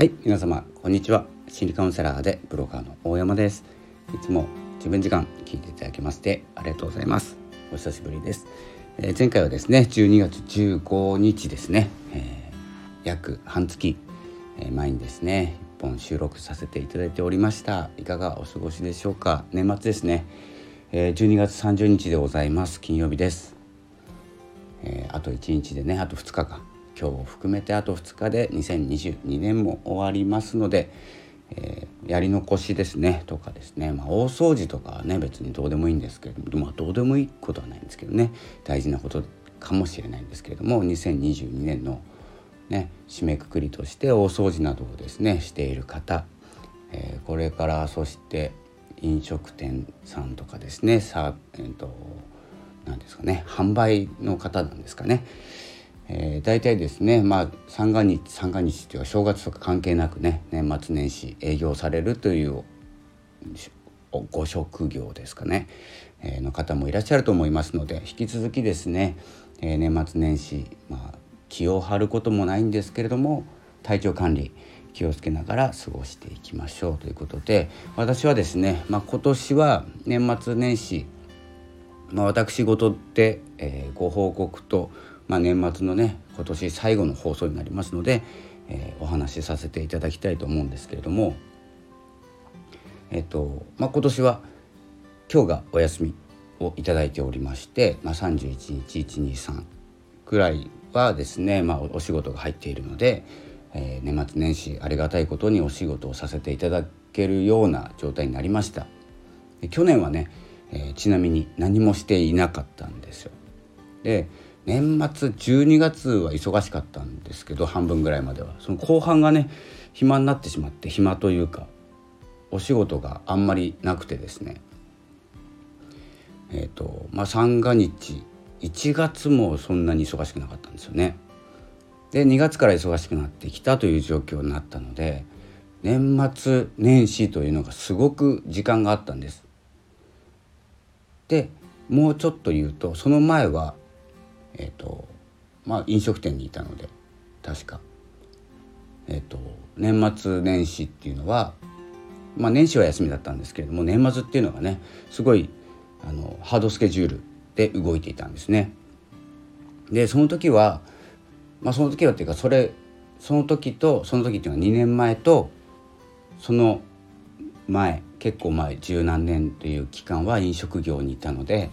はい、皆様こんにちは。心理カウンセラーでブロガーの大山です。いつも自分時間聞いていただきましてありがとうございます。お久しぶりです。前回はですね12月15日ですね、約半月前にですね一本収録させていただいておりました。いかがお過ごしでしょうか。年末ですね、12月30日でございます。金曜日です。あと1日でね、あと2日か、今日を含めてあと2日で2022年も終わりますので、やり残しですねとかですね、大掃除とかはね別にどうでもいいんですけれども、どうでもいいことはないんですけどね、大事なことかもしれないんですけれども、2022年のね締めくくりとして大掃除などをですねしている方、これからそして飲食店さんとかですねなんですかね、販売の方なんですかね、大体ですね、三が日というか正月とか関係なくね、年末年始営業されるというご職業ですかね、の方もいらっしゃると思いますので、引き続きですね、年末年始、気を張ることもないんですけれども、体調管理気をつけながら過ごしていきましょうということで、私はですね、今年は年末年始、私事で、ご報告と、年末のね今年最後の放送になりますので、お話しさせていただきたいと思うんですけれども、今年は今日がお休みをいただいておりまして、31日123くらいはですね、お仕事が入っているので、年末年始ありがたいことにお仕事をさせていただけるような状態になりました。去年はね、ちなみに何もしていなかったんですよ。で、年末12月は忙しかったんですけど、半分ぐらいまではその後半がね暇になってしまって、暇というかお仕事があんまりなくてですね、三が日1月もそんなに忙しくなかったんですよね。で2月から忙しくなってきたという状況になったので、年末年始というのがすごく時間があったんです。でもうちょっと言うと、その前は飲食店にいたので、確か年末年始っていうのは、年始は休みだったんですけれども、年末っていうのがねすごいハードスケジュールで動いていたんですね。でその時はっていうか、その時っていうのは2年前とその前、結構前十何年という期間は飲食業にいたので、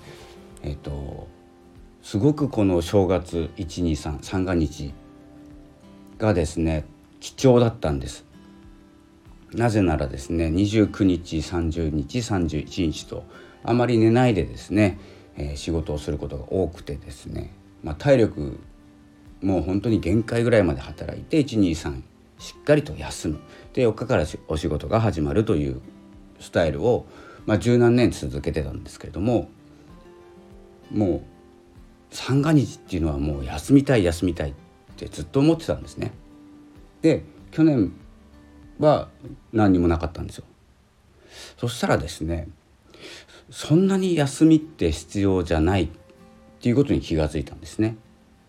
すごくこの正月123三が日がですね貴重だったんです。なぜならですね、29日30日31日とあまり寝ないでですね、仕事をすることが多くてですね、体力もう本当に限界ぐらいまで働いて123しっかりと休むで、4日からお仕事が始まるというスタイルを、十何年続けてたんですけれども、もう三が日っていうのはもう休みたいってずっと思ってたんですね。で去年は何にもなかったんですよ。そしたらですね、そんなに休みって必要じゃないっていうことに気がついたんですね。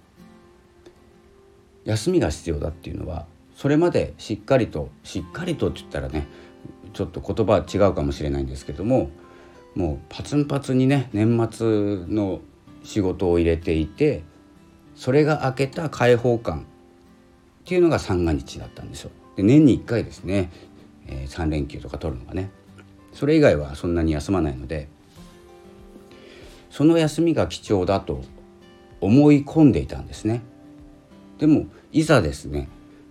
休みが必要だっていうのは、それまでしっかりとって言ったらねちょっと言葉は違うかもしれないんですけども、もうパツンパツにね年末の仕事を入れていて、それが明けた解放感っていうのが三が日だったんですよ。で年に1回ですね、3連休とか取るのがね、それ以外はそんなに休まないので、その休みが貴重だと思い込んでいたんですね。でもいざですね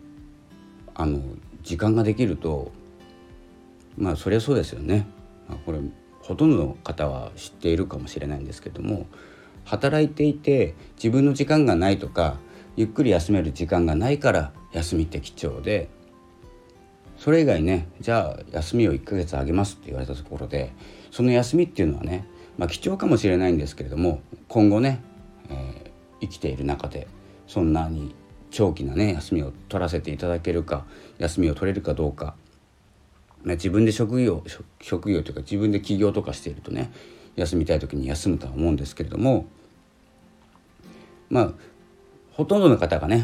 時間ができると、そりゃそうですよね。これほとんどの方は知っているかもしれないんですけども、働いていて自分の時間がないとか、ゆっくり休める時間がないから休みって貴重で、それ以外ね、じゃあ休みを1ヶ月あげますって言われたところで、その休みっていうのはね、貴重かもしれないんですけれども、今後ね、生きている中でそんなに長期なね休みを取らせていただけるか、休みを取れるかどうか、自分で職業というか自分で起業とかしているとね、休みたい時に休むとは思うんですけれども、ほとんどの方がね、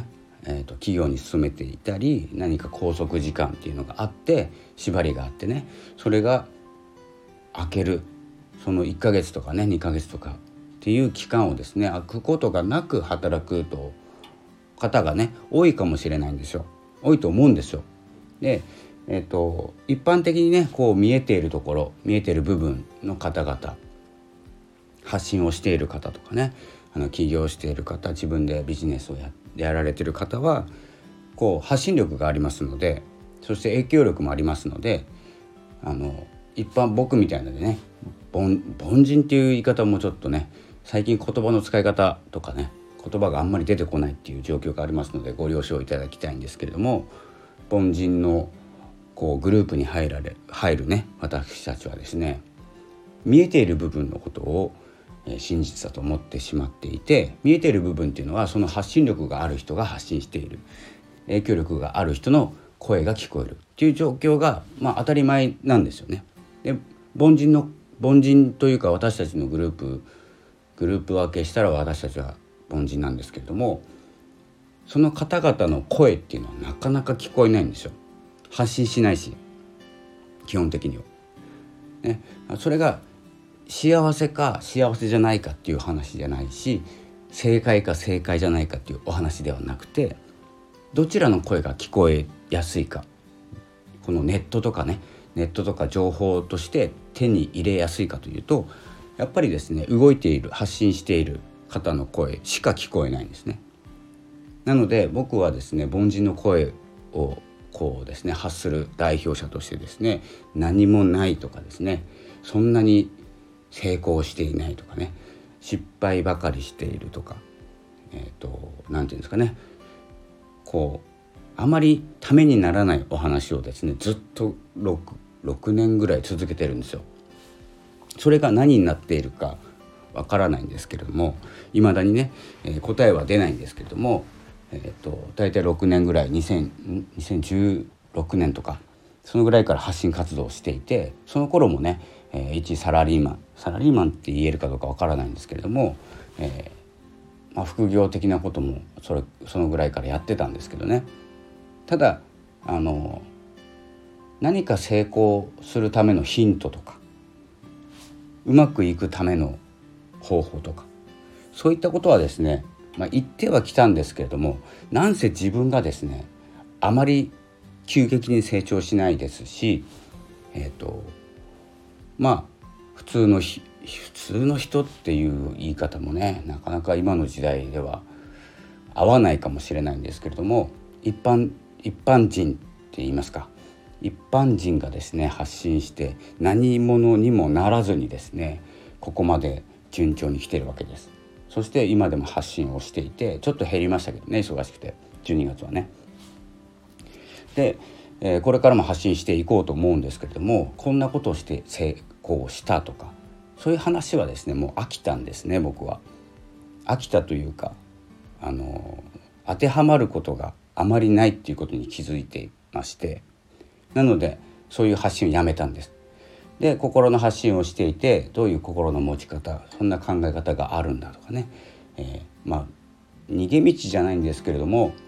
企業に勤めていたり、何か拘束時間っていうのがあって、縛りがあってね、それが明ける、その1ヶ月とかね2ヶ月とかっていう期間をですね、空くことがなく働く方がね多いかもしれないんですよ。多いと思うんですよ。で、一般的にねこう見えているところ、見えている部分の方々、発信をしている方とかね、起業している方、自分でビジネスをやられている方はこう発信力がありますので、そして影響力もありますので、一般僕みたいなね凡人っていう言い方もちょっとね、最近言葉の使い方とかね、言葉があんまり出てこないっていう状況がありますのでご了承いただきたいんですけれども、凡人のこうグループに入るね私たちはですね、見えている部分のことを真実だと思ってしまっていて、見えている部分っていうのはその発信力がある人が発信している、影響力がある人の声が聞こえるっていう状況が当たり前なんですよね。で、凡人というか私たちのグループ分けしたら私たちは凡人なんですけれども、その方々の声っていうのはなかなか聞こえないんですよ。発信しないし、基本的には、ね、それが幸せか幸せじゃないかっていう話じゃないし、正解か正解じゃないかっていうお話ではなくて、どちらの声が聞こえやすいか、このネットとか情報として手に入れやすいかというと、やっぱりですね、動いている発信している方の声しか聞こえないんですね。なので僕はですね、凡人の声をこうですね発する代表者としてですね、何もないとかですね、そんなに成功していないとかね、失敗ばかりしているとか、なんていうんですかね、こうあまりためにならないお話をですねずっと6年ぐらい続けてるんですよ。それが何になっているかわからないんですけれども、未だにね、答えは出ないんですけれども、大体6年ぐらい2016年とかそのぐらいから発信活動をしていて、その頃もね、一サラリーマンって言えるかどうかわからないんですけれども、副業的なこともそのぐらいからやってたんですけどね。ただ何か成功するためのヒントとか、うまくいくための方法とか、そういったことはですね、言ってはきたんですけれども、なんせ自分がですねあまり急激に成長しないですし、普通の人っていう言い方もね、なかなか今の時代では合わないかもしれないんですけれども、一般人って言いますか、一般人がですね発信して何者にもならずにですね、ここまで順調に来ているわけです。そして今でも発信をしていて、ちょっと減りましたけどね、忙しくて12月はね。で、これからも発信していこうと思うんですけれども、こんなことをして成功したとか、そういう話はですねもう飽きたんですね。僕は飽きたというか、当てはまることがあまりないっていうことに気づいていまして、なのでそういう発信をやめたんです。で、心の発信をしていて、どういう心の持ち方、そんな考え方があるんだとかね、逃げ道じゃないんですけれども、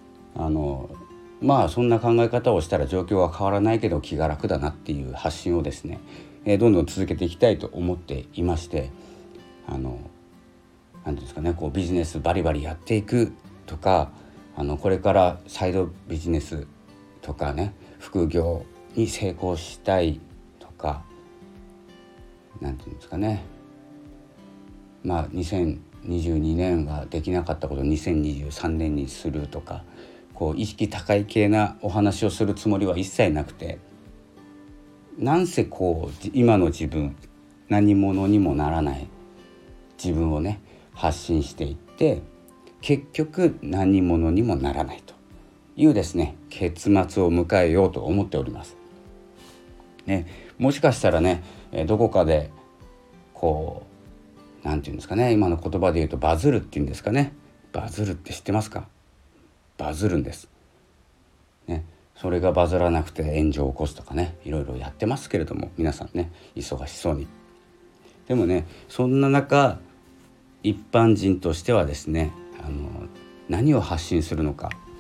そんな考え方をしたら状況は変わらないけど気が楽だなっていう発信をですね、どんどん続けていきたいと思っていまして、なんていうんですかね、こうビジネスバリバリやっていくとか、これからサイドビジネスとかね、副業に成功したいとか、なんていうんですかね、2022年ができなかったことを2023年にするとか、こう意識高い系なお話をするつもりは一切なくて、なんせこう今の自分、何者にもならない自分をね発信していって、結局何者にもならないというですね結末を迎えようと思っております、ね。もしかしたらね、どこかでこうなんていうんですかね、今の言葉で言うとバズるっていうんですかね。バズるって知ってますか？バズるんです、ね。それがバズらなくて炎上を起こすとかね、いろいろやってますけれども、皆さんね忙しそうに。でもね、そんな中一般人としてはですね、何を発信するのか、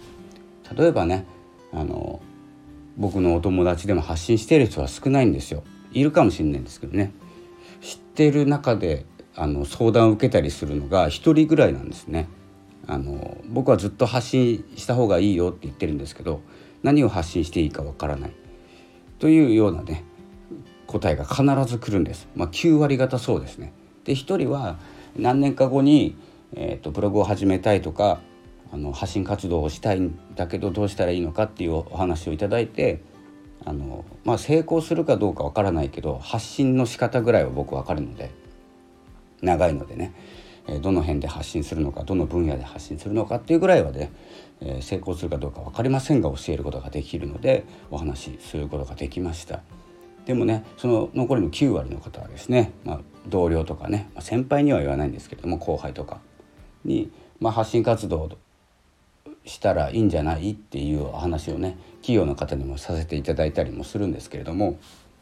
例えばね僕のお友達でも発信している人は少ないんですよ。いるかもしれないんですけどね、知ってる中で相談を受けたりするのが一人ぐらいなんですね。僕はずっと発信した方がいいよって言ってるんですけど、何を発信していいかわからないというようなね答えが必ず来るんです。9割方そうですね。で一人は何年か後に、ブログを始めたいとか発信活動をしたいんだけどどうしたらいいのかっていうお話をいただいて、成功するかどうかわからないけど発信の仕方ぐらいは僕わかるので、長いのでね、どの辺で発信するのかどの分野で発信するのかっていうぐらいはね、成功するかどうか分かりませんが教えることができるのでお話しすることができました。でもねその残りの9割の方はですね、同僚とかね、先輩には言わないんですけれども後輩とかに、発信活動をしたらいいんじゃないっていうお話をね企業の方にもさせていただいたりもするんですけれども、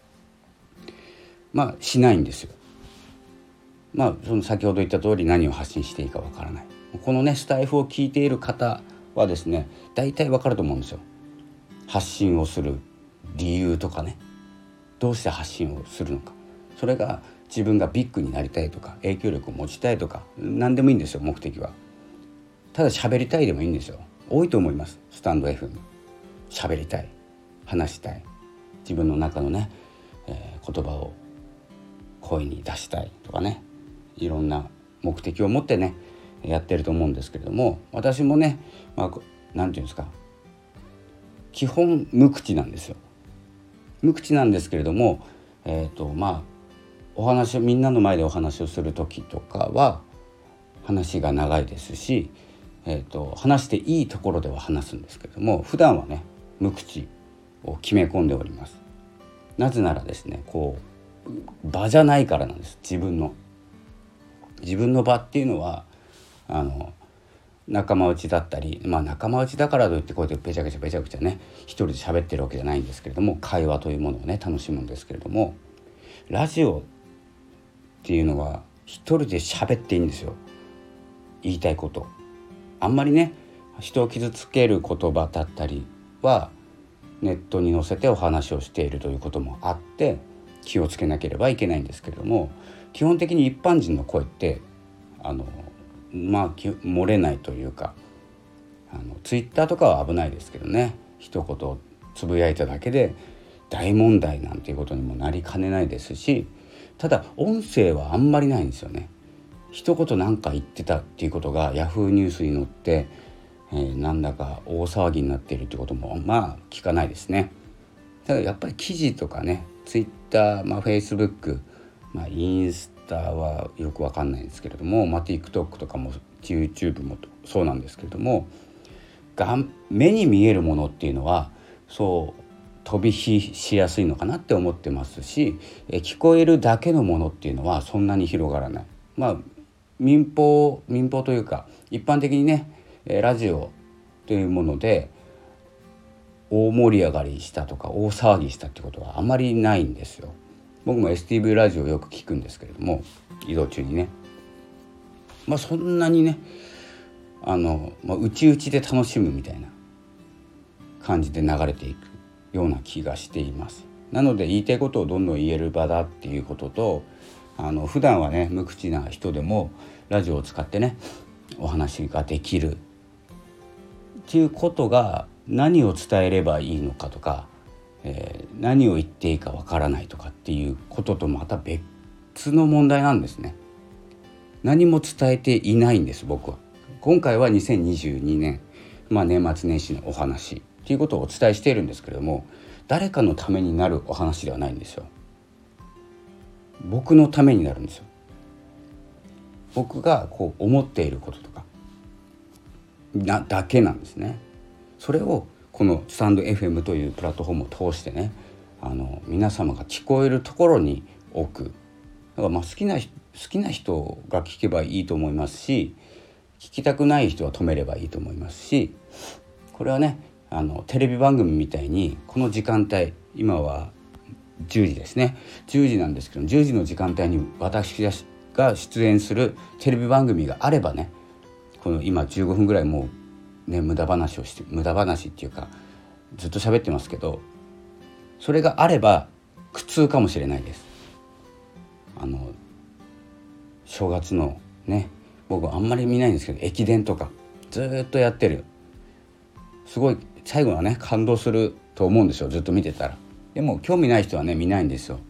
しないんですよ。その先ほど言った通り何を発信していいかわからない。このねスタイフを聞いている方はですね大体わかると思うんですよ。発信をする理由とかね、どうして発信をするのか、それが自分がビッグになりたいとか影響力を持ちたいとか何でもいいんですよ。目的はただ喋りたいでもいいんですよ。多いと思います。スタンド FM 喋りたい、話したい、自分の中のね、言葉を声に出したいとかね、いろんな目的を持ってねやってると思うんですけれども、私もね、なんていうんですか、基本無口なんですよ。無口なんですけれども、お話みんなの前でお話をする時とかは話が長いですし、話していいところでは話すんですけれども、普段はね無口を決め込んでおります。なぜならですね場じゃないからなんです。自分の場っていうのは仲間内だったり、仲間内だからといってこうやってべちゃくちゃね一人で喋ってるわけじゃないんですけれども、会話というものをね楽しむんですけれども、ラジオっていうのは一人で喋っていいんですよ。言いたいこと、あんまりね人を傷つける言葉だったりはネットに載せてお話をしているということもあって気をつけなければいけないんですけれども、基本的に一般人の声って漏れないというか、ツイッターとかは危ないですけどね、一言つぶやいただけで大問題なんていうことにもなりかねないですし、ただ音声はあんまりないんですよね。一言なんか言ってたっていうことがヤフーニュースに載って、なんだか大騒ぎになっているってことも聞かないですね。ただやっぱり記事とかね、ツイッター、フェイスブック、インスタはよくわかんないんですけれども、TikTok とかも YouTube もそうなんですけれども、目に見えるものっていうのはそう飛び火しやすいのかなって思ってますし、聞こえるだけのものっていうのはそんなに広がらない。民放というか一般的にねラジオというもので大盛り上がりしたとか大騒ぎしたってことはあまりないんですよ。僕も STV ラジオよく聞くんですけれども、移動中にね、そんなにね内々で楽しむみたいな感じで流れていくような気がしています。なので言いたいことをどんどん言える場だっていうことと、普段はね無口な人でもラジオを使ってねお話ができるっていうことが、何を伝えればいいのかとか、何を言っていいかわからないとかっていうこととまた別の問題なんですね。何も伝えていないんです。僕は今回は2022年、年末年始のお話っていうことをお伝えしているんですけれども、誰かのためになるお話ではないんですよ。僕のためになるんですよ。僕が思っていることとかだけなんですね。それをこのスタンド FM というプラットフォームを通してね皆様が聞こえるところに置く。だから好きな人が聞けばいいと思いますし、聞きたくない人は止めればいいと思いますし、これはねテレビ番組みたいにこの時間帯、今は10時ですね、10時なんですけど10時の時間帯に私が出演するテレビ番組があればね、この今15分ぐらいもうね、無駄話っていうかずっと喋ってますけど、それがあれば苦痛かもしれないです。正月のね、僕あんまり見ないんですけど駅伝とかずっとやってる、すごい最後はね感動すると思うんですよ、ずっと見てたら。でも興味ない人はね見ないんですよ。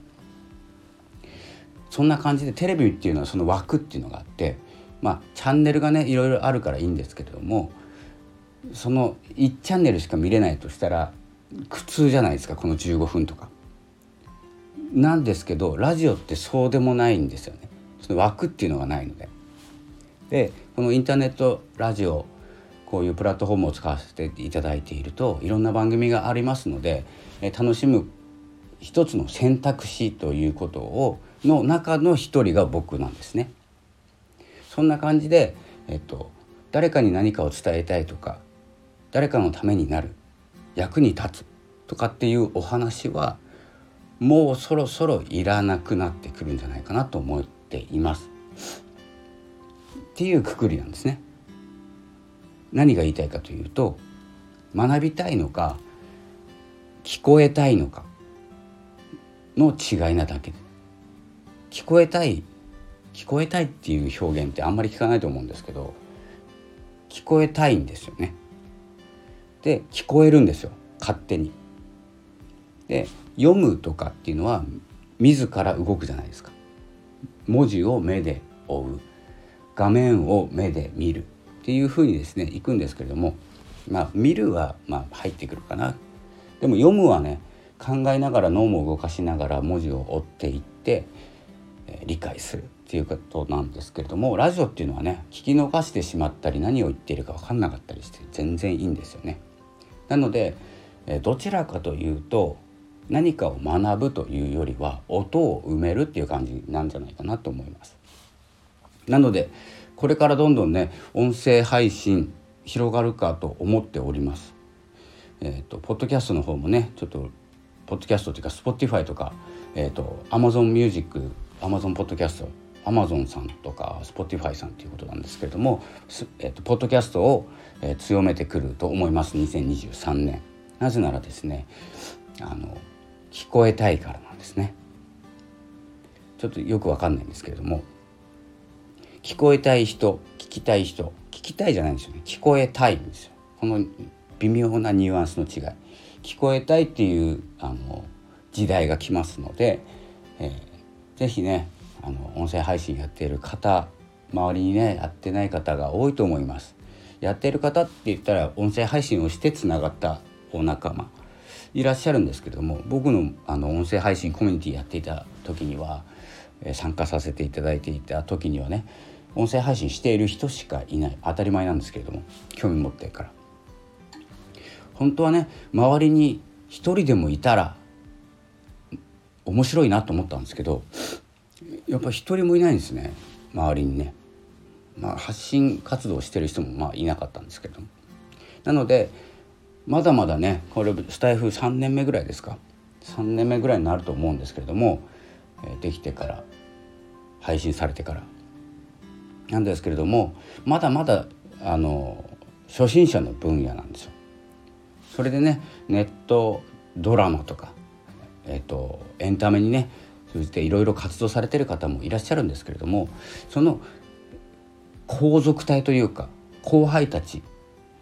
そんな感じでテレビっていうのはその枠っていうのがあって、チャンネルがねいろいろあるからいいんですけれども、その1チャンネルしか見れないとしたら苦痛じゃないですか、この15分とかなんですけど、ラジオってそうでもないんですよね。その枠っていうのがないので、このインターネットラジオ、こういうプラットフォームを使わせていただいているといろんな番組がありますので、楽しむ一つの選択肢ということの中の一人が僕なんですね。そんな感じで、誰かに何かを伝えたいとか、誰かのためになる、役に立つとかっていうお話はもうそろそろいらなくなってくるんじゃないかなと思っていますっていうくくりなんですね。何が言いたいかというと、学びたいのか聞こえたいのかの違いなだけで、聞こえたいっていう表現ってあんまり聞かないと思うんですけど、聞こえたいんですよね。で聞こえるんですよ、勝手に。で読むとかっていうのは自ら動くじゃないですか。文字を目で追う、画面を目で見るっていう風にですねいくんですけれども、見るは入ってくるかな。でも読むはね、考えながら脳も動かしながら文字を追っていって、理解するっていうことなんですけれども、ラジオっていうのはね、聞き逃してしまったり何を言っているか分かんなかったりして全然いいんですよね。なので、どちらかというと何かを学ぶというよりは音を埋めるっていう感じなんじゃないかなと思います。なのでこれからどんどんね音声配信広がるかと思っております。ポッドキャストの方もね、ちょっとポッドキャストというか Spotify とか、Amazon Music、Amazon ポッドキャスト、Amazon さんとか Spotify さんということなんですけれども、ポッドキャストを、強めてくると思います、2023年。なぜならですね、聞こえたいからなんですね。ちょっとよくわかんないんですけれども、聞こえたい人、聞きたい人、聞きたいじゃないんですよね、聞こえたいんですよ。この微妙なニュアンスの違い、聞こえたいっていう時代が来ますので、ぜひね音声配信やっている方、周りにねやってない方が多いと思います。やっている方って言ったら音声配信をしてつながったお仲間いらっしゃるんですけれども、僕の音声配信コミュニティやっていた時には、参加させていただいていた時にはね、音声配信している人しかいない、当たり前なんですけれども、興味持ってから本当はね周りに一人でもいたら面白いなと思ったんですけど、やっぱ一人もいないんですね、周りにね。発信活動してる人もいなかったんですけども、なのでまだまだね、これスタイフ3年目ぐらいですか、3年目ぐらいになると思うんですけれども、できてから配信されてからなんですけれども、まだまだ初心者の分野なんですよ。それでね、ネットドラマとか、エンタメにね通じていろいろ活動されている方もいらっしゃるんですけれども、その後続隊というか後輩たち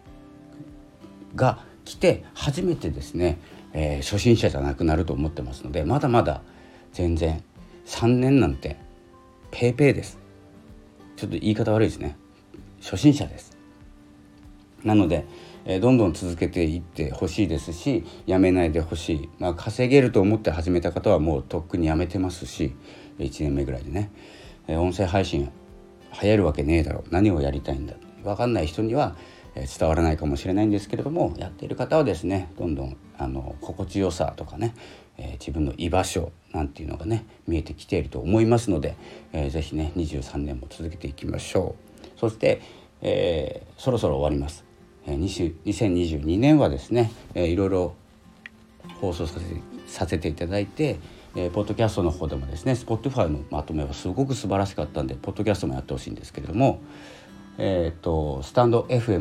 が来て初めてですね、初心者じゃなくなると思ってますので、まだまだ全然3年なんてペーペーです。ちょっと言い方悪いですね、初心者です。なので、どんどん続けていってほしいですし、やめないでほしい。稼げると思って始めた方はもうとっくにやめてますし、1年目ぐらいでね、音声配信流行るわけねえだろう、何をやりたいんだ、分かんない人には伝わらないかもしれないんですけれども、やっている方はですね、どんどん心地よさとかね、自分の居場所なんていうのがね見えてきていると思いますので、ぜひね23年も続けていきましょう。そして、そろそろ終わります。2022年はですね、いろいろ放送させていただいて、ポッドキャストの方でもですね、 Spotify のまとめはすごく素晴らしかったんで、ポッドキャストもやってほしいんですけれども、スタンド FM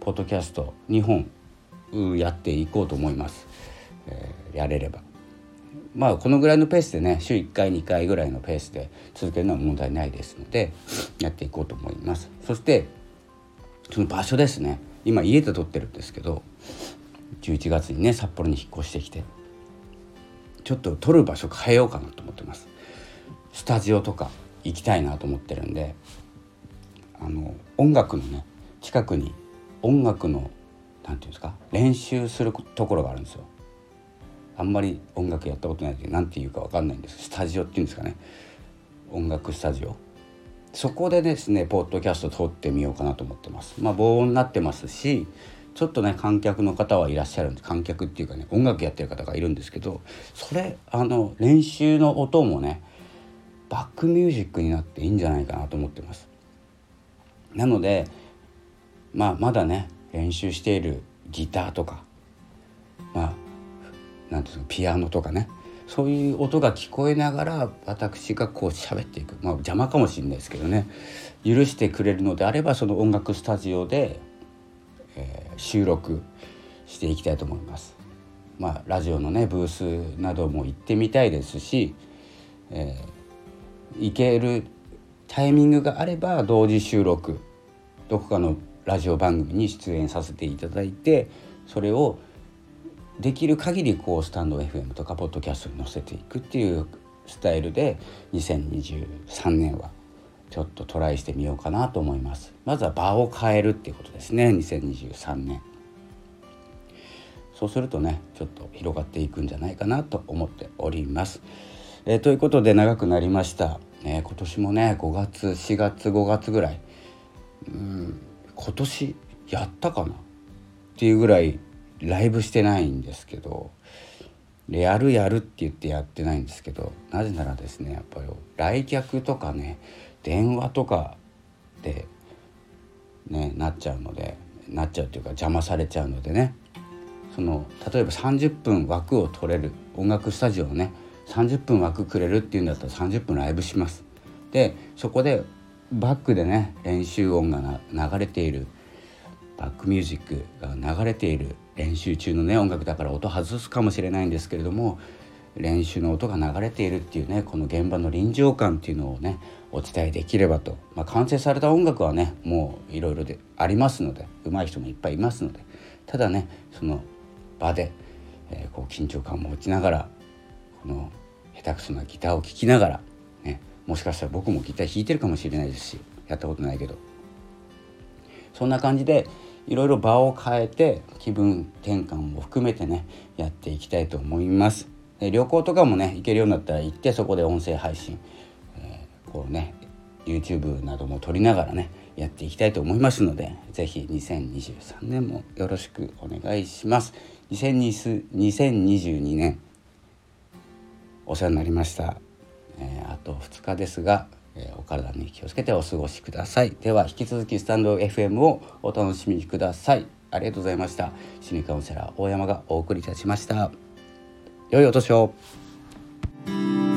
ポッドキャスト2本やっていこうと思います。やれればこのぐらいのペースでね、週1回2回ぐらいのペースで続けるのは問題ないですのでやっていこうと思います。そしてその場所ですね。今家で撮ってるんですけど、11月にね札幌に引っ越してきて、ちょっと撮る場所変えようかなと思ってます。スタジオとか行きたいなと思ってるんで、音楽のね近くに音楽のなんていうんですか、練習するところがあるんですよ。あんまり音楽やったことないんでなんていうか分かんないんです。スタジオっていうんですかね、音楽スタジオ。そこでですねポッドキャスト撮ってみようかなと思ってます。防音になってますし、ちょっとね観客の方はいらっしゃるんで、観客っていうかね音楽やってる方がいるんですけど、それ練習の音もねバックミュージックになっていいんじゃないかなと思ってます。なのでまだね練習しているギターとかなんていうのピアノとかね、そういう音が聞こえながら私がこう喋っていく、邪魔かもしれないですけどね、許してくれるのであればその音楽スタジオで、収録していきたいと思います。ラジオのねブースなども行ってみたいですし、行けるタイミングがあれば同時収録、どこかのラジオ番組に出演させていただいて、それをできる限りこうスタンド FM とかポッドキャストに載せていくっていうスタイルで2023年はちょっとトライしてみようかなと思います。まずは場を変えるっていうことですね。2023年そうするとねちょっと広がっていくんじゃないかなと思っております。ということで長くなりました。今年もね5月4月5月ぐらい今年やったかなっていうぐらいライブしてないんですけど、やるって言ってやってないんですけど、なぜならですねやっぱり来客とかね電話とかでねなっちゃうっていうか邪魔されちゃうのでね、例えば30分枠を取れる音楽スタジオをね30分枠くれるっていうんだったら30分ライブします。でそこでバックでね練習音が流れている、バックミュージックが流れている練習中のね音楽だから音外すかもしれないんですけれども、練習の音が流れているっていうねこの現場の臨場感っていうのをねお伝えできればと、完成された音楽はねもういろいろでありますので、上手い人もいっぱいいますので、ただねその場で、こう緊張感を持ちながらこの下手くそなギターを聴きながら、ね、もしかしたら僕もギター弾いてるかもしれないですし、やったことないけど、そんな感じでいろいろ場を変えて気分転換も含めてねやっていきたいと思います。旅行とかもね行けるようになったら行って、そこで音声配信、こうね YouTube なども撮りながらねやっていきたいと思いますので、ぜひ2023年もよろしくお願いします。2022年お世話になりました。あと2日ですが、お体に気をつけてお過ごしください。では引き続きスタンド FM をお楽しみください。ありがとうございました。心理カウンセラー大山がお送りいたしました。良いお年を。